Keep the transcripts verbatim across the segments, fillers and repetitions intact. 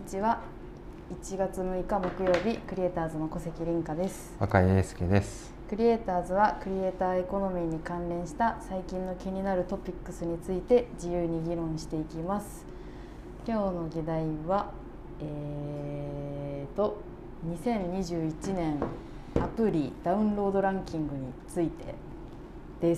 ちは。いちがつむいか木曜日、クリエイターズの小関凛香です。 若井英介です。 クリエイターズはクリエイターエコノミーに関連した最近の気になるトピックスについて自由に議論していきます。今日の議題はえーとにせんにじゅういちねんアプリダウンロードランキングについてです。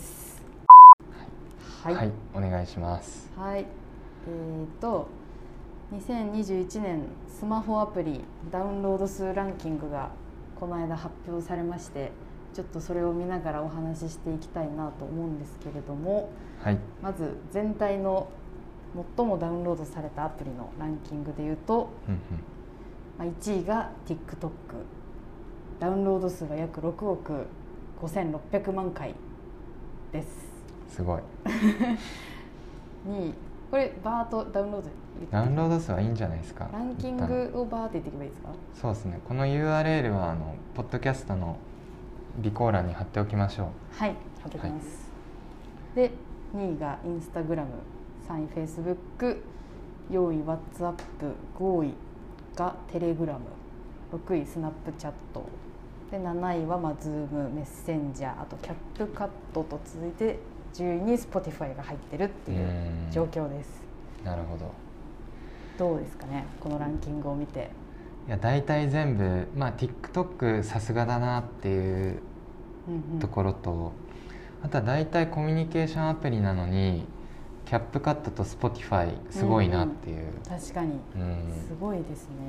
はい、はい、お願いします。 はい、えーとにせんにじゅういちねんスマホアプリダウンロード数ランキングがこの間発表されまして、ちょっとそれを見ながらお話ししていきたいなと思うんですけれども、 はい、 まず全体の最もダウンロードされたアプリのランキングでいうと、 うんうん、 まあ、いちいが TikTok、 ダウンロード数は約ろくおくごせんろっぴゃくまんかいです。 すごいにい、これバーッとダウンロードダウンロード数はいいんじゃないですか。 ランキングをバーって言っていけばいいですか。 そうですね。この ユーアールエル はあのポッドキャストの備考欄に貼っておきましょう。 はい、貼っておきます、はい、でにいが Instagram、 さんい Facebook、 よんい WhatsApp、 ごいが Telegram、 ろくい Snapchat でなないはまあ Zoom、 メッセンジャー、あと CapCut と続いてじゅういに Spotify が入ってるっていう状況です。 なるほど。 どうですかね、このランキングを見て。 いや大体全部、まあ、TikTok さすがだなっていうところと、うんうん、あとは大体コミュニケーションアプリなのに CapCut と Spotify すごいなっていう、うんうん、 確かに、うん、すごいですね。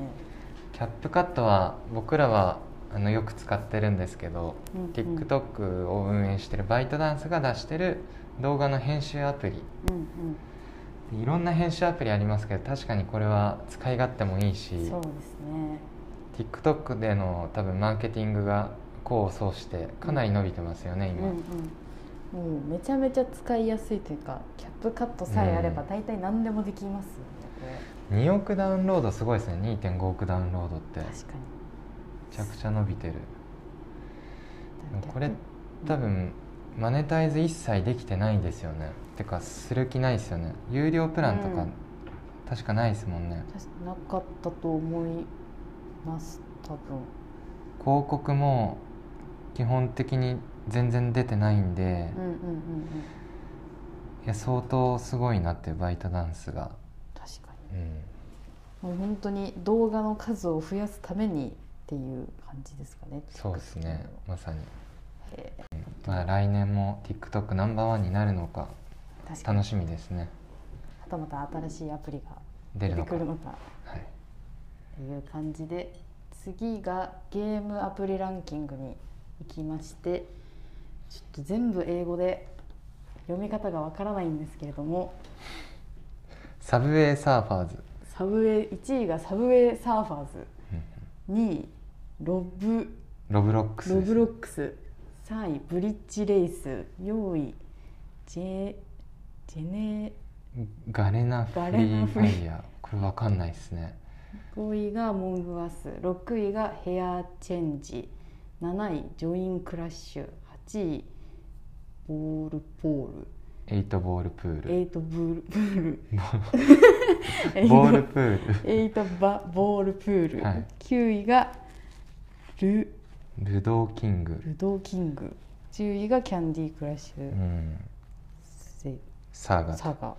CapCut は僕らはあのよく使ってるんですけど、うんうん、TikTok を運営してるバイトダンスが出してる動画の編集アプリ、うんうん、いろんな編集アプリありますけど、確かにこれは使い勝手もいいし、 そうですね、 TikTok での多分マーケティングが功を奏してかなり伸びてますよね、うん、今、 うんうん、もうめちゃめちゃ使いやすいというか、CapCutさえあれば大体何でもできますよね、 うん、におくダウンロードすごいですね。 にてんごおくダウンロードって確かにめちゃくちゃ伸びてる。これ多分マネタイズ一切できてないんですよね。てかする気ないですよね。有料プランとか、うん、確かないですもんね。 なかったと思います多分。 広告も基本的に全然出てないんで、うんうんうんうん、いや相当すごいなっていう、バイトダンスが。 確かに、うん、もう本当に動画の数を増やすためにっていう感じですかね。 そうですね、まさに。まあ、来年も TikTok ナンバーワンになるのか楽しみですね。 はたまた新しいアプリが出てくるのか、はい、っていう感じで、次がゲームアプリランキングに行きまして、ちょっと全部英語で読み方がわからないんですけれども、 サブウェイサーファーズ、 サブウェイいちいがサブウェイサーファーズ、にいロブロブロックス、 ロブロックス、さんいブリッジレース、よんいジェジェネガレナフリーファイヤー、これ分かんないですね。 ごいがモングアス、ろくいがヘアチェンジ、なないジョインクラッシュ、はちいボールポール、 エイトボールプール、 エイトボールプールボールプールエイトバボールプール、はい、きゅういがルルドーキング、 ルドーキング、じゅういがキャンディークラッシュ、うん、 サーガサガ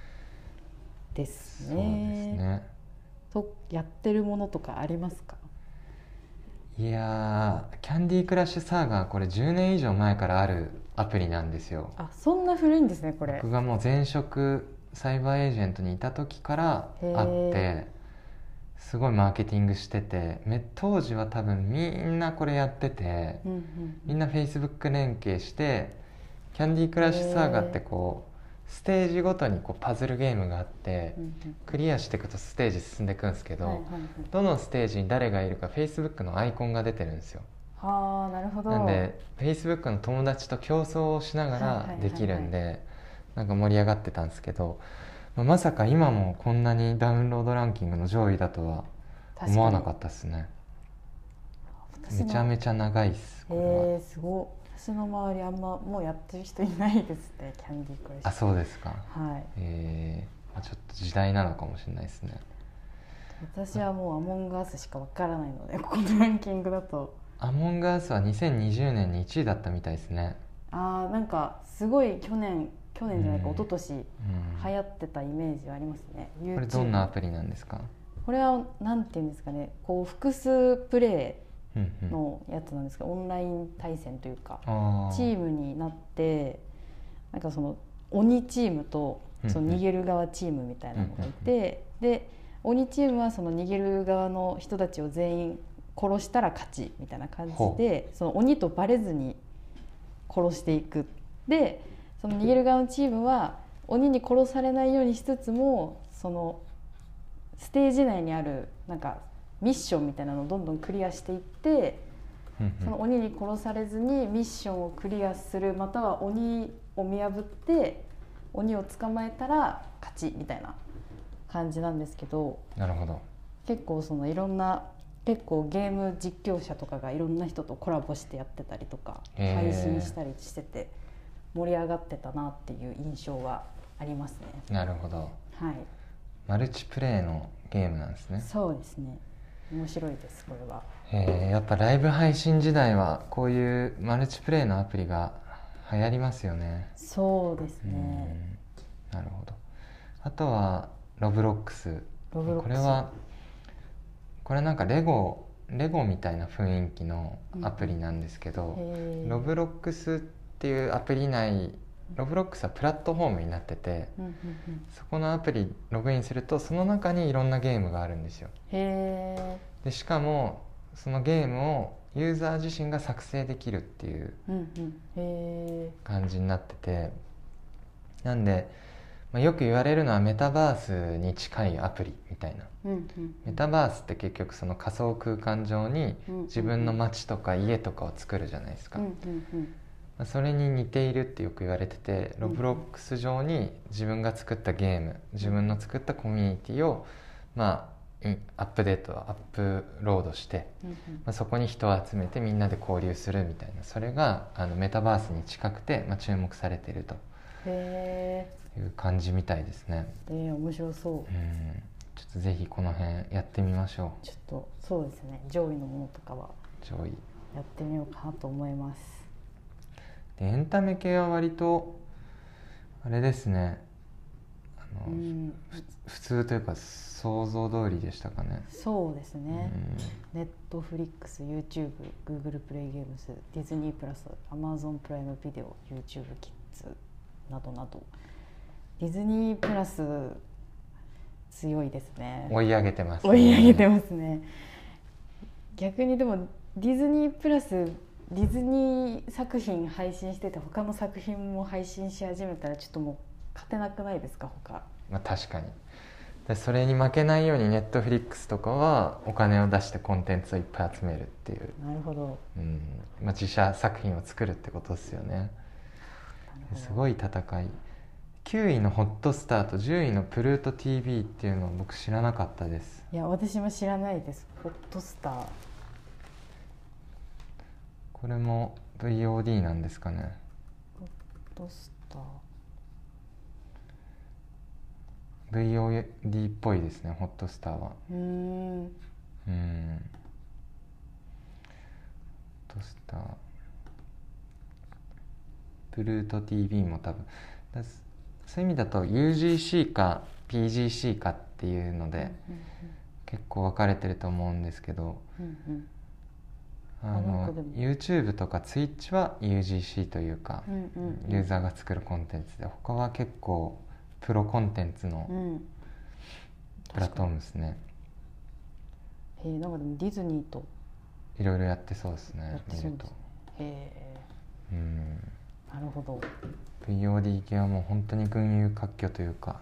ですね。 そうですね。 とやってるものとかありますか？ いやー、キャンディークラッシュサーガー、これじゅうねん以上前からあるアプリなんですよ。 あ、そんな古いんですね。これ僕がもう前職サイバーエージェントにいた時からあって、すごいマーケティングしてて、当時は多分みんなこれやってて、うんうん、みんな Facebook 連携して、キャンディークラッシュサーガーってこうステージごとにこうパズルゲームがあって、うんうん、クリアしていくとステージ進んでいくんですけど、はいはいはい、どのステージに誰がいるか Facebook のアイコンが出てるんですよ。 はあ、なるほど。 なんで Facebook の友達と競争をしながらできるんで、はいはいはいはい、なんか盛り上がってたんですけど、まさか今もこんなにダウンロードランキングの上位だとは思わなかったですね。めちゃめちゃ長いっす、これは。 えー、すごい。私の周りあんまもうやってる人いないですね、キャンディークラッシュ。 あ、そうですか。 はい。 えー、ちょっと時代なのかもしれないですね。 私はもうアモンガースしかわからないので、このランキングだと。 アモンガースはにせんにじゅうねんにいちいだったみたいですね。 あー、なんかすごい去年去年じゃないか、 うん一昨年うん流行ってたイメージありますね。 これどんなアプリなんですか？ これはなんていうんですかね、こう複数プレうんうんイのやつなんですけど、オンライン対戦というかあーチームになって、なんかその鬼チームとその逃げる側チームみたいなのがいて、で鬼チームはその逃げる側の人たちを全員殺したら勝ちみたいな感じで、その鬼とバレずに殺していく。でその逃げる側のチームは鬼に殺されないようにしつつも、そのステージ内にあるなんかミッションみたいなのをどんどんクリアしていって、 うんうんその鬼に殺されずにミッションをクリアする、または鬼を見破って鬼を捕まえたら勝ちみたいな感じなんですけど、 なるほど。 結構そのいろんな結構ゲーム実況者とかがいろんな人とコラボしてやってたりとかへー配信したりしてて盛り上がってたなっていう印象はありますね。 なるほど。 はい、 マルチプレイのゲームなんですね。 そうですね、面白いですこれは。 えー、やっぱライブ配信時代はこういうマルチプレイのアプリが流行りますよね。 そうですね。 うんなるほど。あとはロブロックス。 ロブロックスこれはこれなんかレゴレゴみたいな雰囲気のアプリなんですけど、 へーロブロックスっていうアプリ内、ロブロックスはプラットフォームになってて、 うんうんうん、 そこのアプリログインするとその中にいろんなゲームがあるんですよ。 へでしかもそのゲームをユーザー自身が作成できるっていうー、うんうん、へ感じになってて、なんで、まあ、よく言われるのはメタバースに近いアプリみたいな。 ー、うんうん、 メタバースって結局その仮想空間上に自分の街とか家とかを作るじゃないですか、 うんうんうん、 まあそれに似ているってよく言われてて、ロブロックス上に自分が作ったゲーム、自分の作ったコミュニティをまあアップデートアップロードして、 うんうん、 まあ、そこに人を集めてみんなで交流するみたいな、それがあのメタバースに近くて、まあ、注目されているとへいう感じみたいですね。 ー、えー、面白そう。 うんちょっとぜひこの辺やってみましょう。 ちょっとそうですね、上位のものとかは上位やってみようかなと思います。 でエンタメ系は割とあれですね、あの、 うんふ普通というか想像通りでしたかね。 そうですね、 うんネットフリックス、YouTube、Google プレイゲームズ、ディズニープラス、Amazon プライムビデオ、YouTube キッズなどなど、ディズニープラス強いですね。 追い上げてますね。 追い上げてますね。逆にでもディズニープラス、ディズニー作品配信してて他の作品も配信し始めたらちょっともう勝てなくないですか他。 まあ確かに。でそれに負けないようにネットフリックスとかはお金を出してコンテンツをいっぱい集めるっていう、 なるほど、 うんまあ、自社作品を作るってことですよね。すごい戦い。きゅういのホットスターとじゅういのプルート ティービー っていうのを僕知らなかったです。 いや私も知らないです。ホットスター、 これも ブイオーディー なんですかね。 ホットスターブイオーディー っぽいですね、ホットスターは。 うーん、 うんホットスター、プルート ティービー も多分だそういう意味だと ユージーシー か ピージーシー かっていうので結構分かれてると思うんですけど、 うんうんああなんのかでも YouTube とか Twitch は ユージーシー というか、 うんうんうん、 ユーザーが作るコンテンツで、他は結構プロコンテンツのうんプラットフォームですね。 へえ、なんかでもディズニーといろいろやってそうですやね、 って見ると。 そうですね。へえ、 うんなるほど。 ブイオーディー 系はもう本当に群雄割拠というか。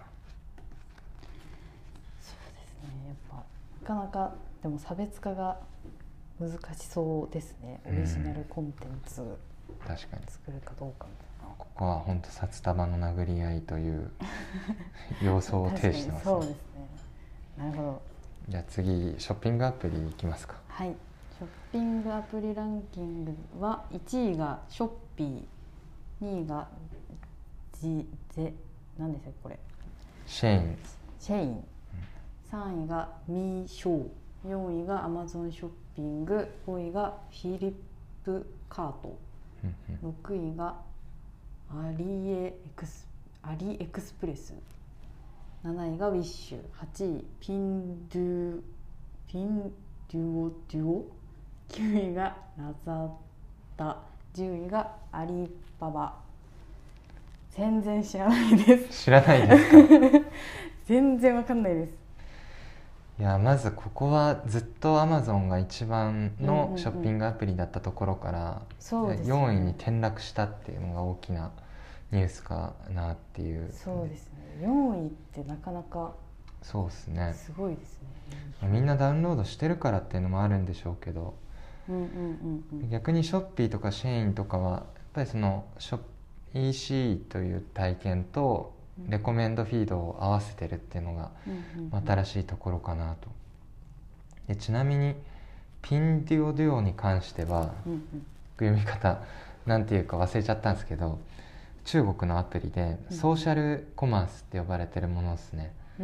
そうですね、やっぱなかなかでも差別化が難しそうですね。オリジナルコンテンツ確かに作るかどうかみたいな。 ここは本当札束の殴り合いという様相を呈してますね。 そうですね。なるほど。 じゃあ次ショッピングアプリいきますか。 はい。ショッピングアプリランキングはいちいがショッピー、にいがジゼ、何でしたっけこれ。 シェイン、 シェイン、 さんいがミーショー、よんいがアマゾンショッピング、ごいがフィリップカート、ろくいがアリエクスアリエクスプレス、なないがウィッシュ、はちいピンドゥピンデュオデュオ、きゅういがラザダ、じゅういがアリババ。全然知らないです。 知らないですか？ 全然わかんないです。 いやまずここはずっと Amazon が一番のショッピングアプリだったところから、 うんうんうん、 よんいに転落したっていうのが大きなニュースかなっていう。 そうですね、よんいってなかなかそうですね、 すごいですね。 みんなダウンロードしてるからっていうのもあるんでしょうけど、 うんうんうんうん、 逆にショッピーとかシェインとかはやっぱりそのショッ イーシー という体験とレコメンドフィードを合わせてるっていうのが新しいところかなと。でちなみにピンデュオデュオに関しては、うんうん、読み方なんていうか忘れちゃったんですけど、中国のアプリでソーシャルコマースって呼ばれてるものですね。うん、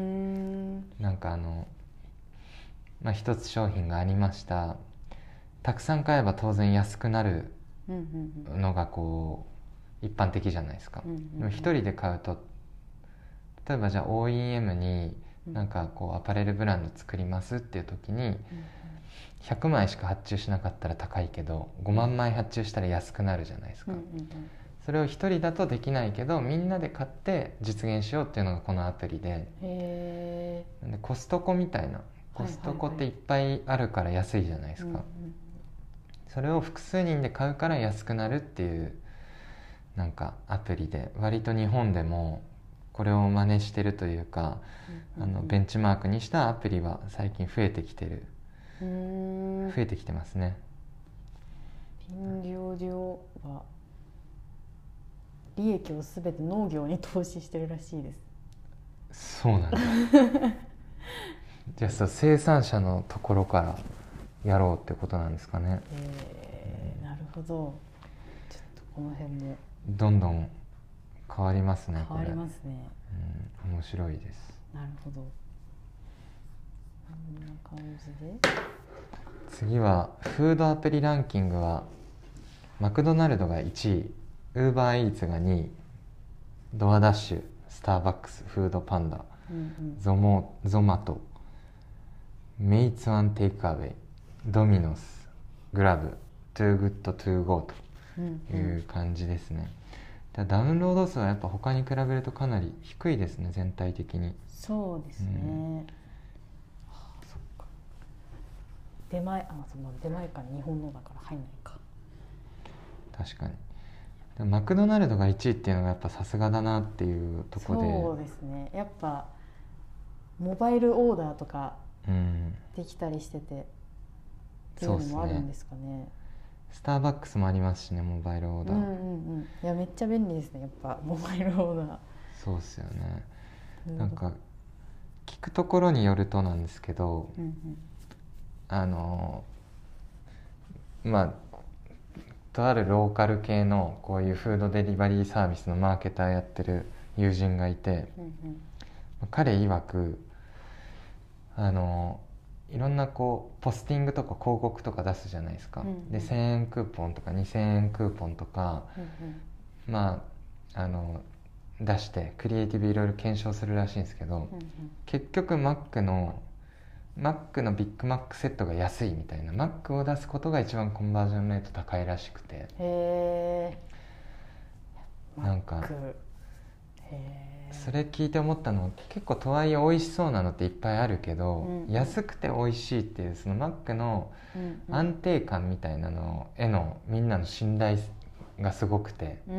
なんかあの、まあ、一つ商品がありました、たくさん買えば当然安くなるのがこう一般的じゃないですか。でも一人で買うと、例えばじゃあ オーイーエム になんかこうアパレルブランド作りますっていう時にひゃくまいしか発注しなかったら高いけどごまんまい発注したら安くなるじゃないですか。それを一人だとできないけどみんなで買って実現しようっていうのがこのアプリで、へー、でコストコみたいな、コストコっていっぱいあるから安いじゃないですか。それを複数人で買うから安くなるっていうなんかアプリで、割と日本でもこれを真似してるというか、うんうんうん、あのベンチマークにしたアプリは最近増えてきてる、うーん、増えてきてますね。 ピンデュオデュオは利益をすべて農業に投資してるらしいです。 そうなんだ。じゃあそう生産者のところからやろうってことなんですかね。 えー、なるほど。ちょっとこの辺もどんどん変わりますね。 変わりますね。 うん、面白いです。 なるほど。こんな感じで。 次はフードアプリランキングはマクドナルドがいちい、ウーバーイーツがにい、ドアダッシュ、スターバックス、フードパンダ、うんうん、ゾモゾマト、メイツワンテイクアウェイ、ドミノス、グラブ、トゥーグッドトゥーゴーという感じですね。うんうん、ダウンロード数はやっぱ他に比べるとかなり低いですね、全体的に。 そうですね。うん、はあ、そっか。出前、あ、その出前館日本のだから入んないか。 確かに。でもマクドナルドがいちいっていうのがやっぱさすがだなっていうところで。 そうですね。やっぱモバイルオーダーとかできたりしてて、うん、っていうのもあるんですかね。 スターバックスもありますしね、モバイルオーダー。うんうんうん、いやめっちゃ便利ですね、やっぱモバイルオーダー。 そうですよね。なんか聞くところによるとなんですけど、うんうん、あのまあとあるローカル系のこういうフードデリバリーサービスのマーケターやってる友人がいて、うんうん、彼曰くあのいろんなこうポスティングとか広告とか出すじゃないですか。うんうん、でせんえんクーポンとかにせんえんクーポンとか、うんうん、まああの出してクリエイティブいろいろ検証するらしいんですけど、うんうん、結局マックのマックのビッグマックセットが安いみたいな、マックを出すことが一番コンバージョンレート高いらしくて、へー、なんかへー、それ聞いて思ったのは、結構とはいえ美味しそうなのっていっぱいあるけど、うんうん、安くて美味しいっていうそのマックの安定感みたいなのへのみんなの信頼がすごくて、うんうんうん、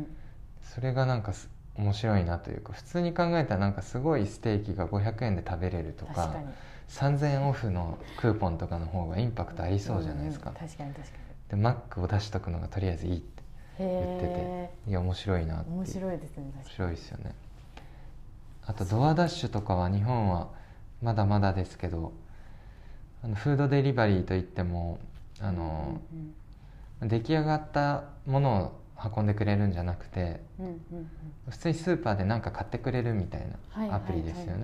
それがなんか面白いなというか、普通に考えたらなんかすごいステーキがごひゃくえんで食べれるとか、さんぜんえんオフのクーポンとかの方がインパクトありそうじゃないですか。うんうん、確かに確かに。でマックを出しとくのがとりあえずいいって言ってて、いや面白いなって。 面白いですね。 面白いですよね。あとドアダッシュとかは日本はまだまだですけど、あのフードデリバリーといってもあの、うんうん、出来上がったものを運んでくれるんじゃなくて、うんうんうん、普通にスーパーで何か買ってくれるみたいなアプリですよね。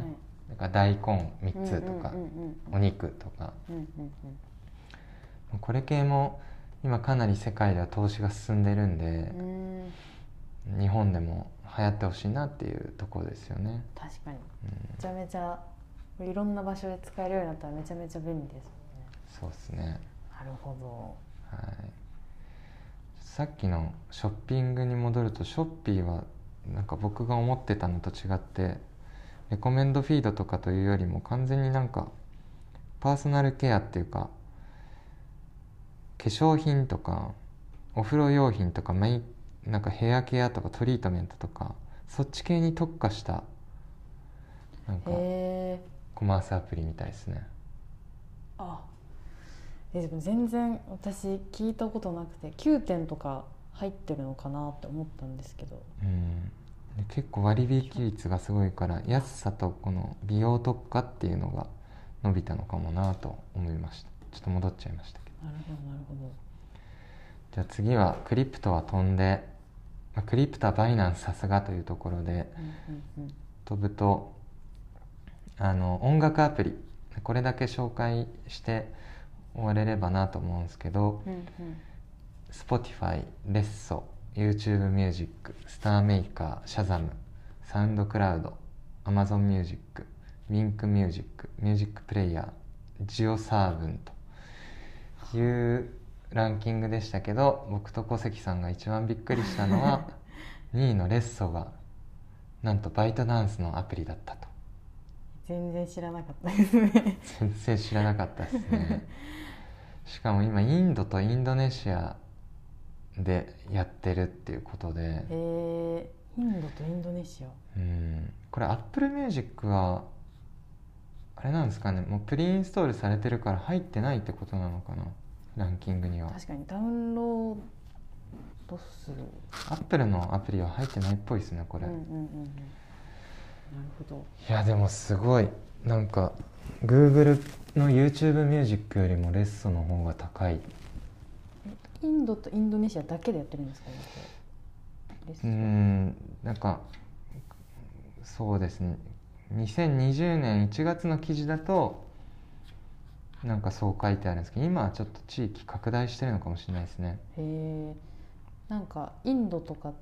だから大根みっつとか、 うんうんうんうん、 お肉とか、 うんうんうん、これ系も今かなり世界では投資が進んでるんで、 うん、 日本でも流行ってほしいなっていうところですよね。 確かに、 うん、 めちゃめちゃいろんな場所で使えるようになったらめちゃめちゃ便利ですもんね。 そうですね。 なるほど。 はい。さっきのショッピングに戻ると、ショッピーはなんか僕が思ってたのと違ってレコメンドフィードとかというよりも完全になんかパーソナルケアっていうか、化粧品とかお風呂用品とかメイなんかヘアケアとかトリートメントとかそっち系に特化したなんかコマースアプリみたいですね。 あ、えでも全然私聞いたことなくてきゅうてんとか入ってるのかなって思ったんですけど、 うん、で結構割引率がすごいから安さとこの美容特化っていうのが伸びたのかもなと思いました。ちょっと戻っちゃいましたけど。 なるほどなるほど。 じゃあ次はクリプトは飛んで、まあ、クリプトはバイナンスさすがというところで、うんうんうん、飛ぶとあの音楽アプリこれだけ紹介して終われればなと思うんですけど、うんうん、Spotify、レッソ、YouTube ミュージック、スターメーカー、シャザム、サウンドクラウド、Amazon ミュージック、ウィンクミュージック、ミュージックプレイヤー、ジオサーブンというランキングでしたけど、僕と小関さんが一番びっくりしたのはにいのレッソがなんとバイトダンスのアプリだったと。 全然知らなかったですね全然知らなかったですねしかも今インドとインドネシアでやってるっていうことで、 へえ、インドとインドネシア、 うん、これ Apple Music はあれなんですかね、もうプリインストールされてるから入ってないってことなのかな、ランキングには。 確かにダウンロード数 Apple のアプリは入ってないっぽいですねこれ、うんうんうんうん、なるほど。 いやでもすごいなんか Google の YouTube ミュージックよりもレッソの方が高い。 インドとインドネシアだけでやってるんですかね。 うーん、なんかそうですね、にせんにじゅうねんいちがつの記事だとなんかそう書いてあるんですけど、今はちょっと地域拡大してるのかもしれないですね。 へえ。なんかインドとかって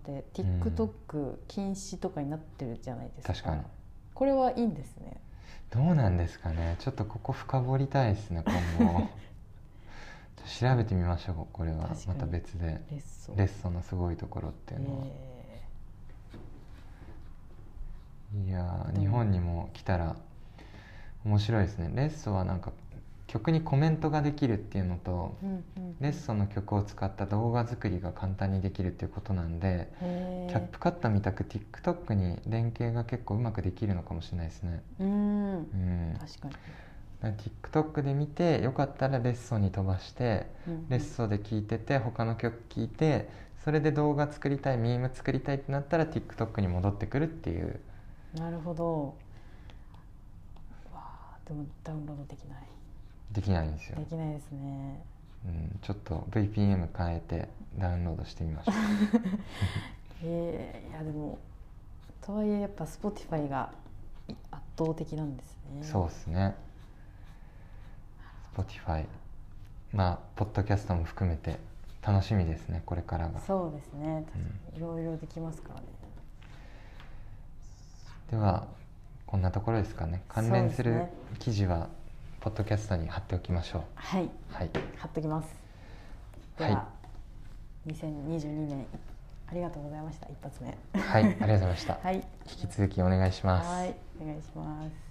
TikTok 禁止とかになってるじゃないですか、うん、確かに。これはいいんですね。 どうなんですかね、ちょっとここ深掘りたいですね今後調べてみましょう。これはまた別でレッソ、レッソのすごいところっていうのは、えー、いや日本にも来たら面白いですね。レッソはなんか曲にコメントができるっていうのと、うんうんうん、レッソの曲を使った動画作りが簡単にできるっていうことなんで、キャップカットみたく TikTok に連携が結構うまくできるのかもしれないですね。うん、うん、確かに。TikTok で見てよかったらレッソに飛ばして、うんうん、レッソで聴いてて他の曲聴いて、それで動画作りたい、ミーム作りたいってなったら TikTok に戻ってくるっていう。 なるほど。わー、でもダウンロードできない。 できないんですよ。 できないですね。 うん、ちょっと ブイピーエム 変えてダウンロードしてみましょうえー、いやでもとはいえやっぱ Spotify が圧倒的なんですね。 そうですね。Spotify、まあポッドキャストも含めて楽しみですねこれからが。 そうですね、いろいろできますからね。 ではこんなところですかね。関連する記事はポッドキャストに貼っておきましょう。 はい、はい、貼っておきます。では、はい、にせんにじゅうにねんありがとうございました。一発目はい、ありがとうございました、 はい、 引き続きお願いします。 はい、お願いします。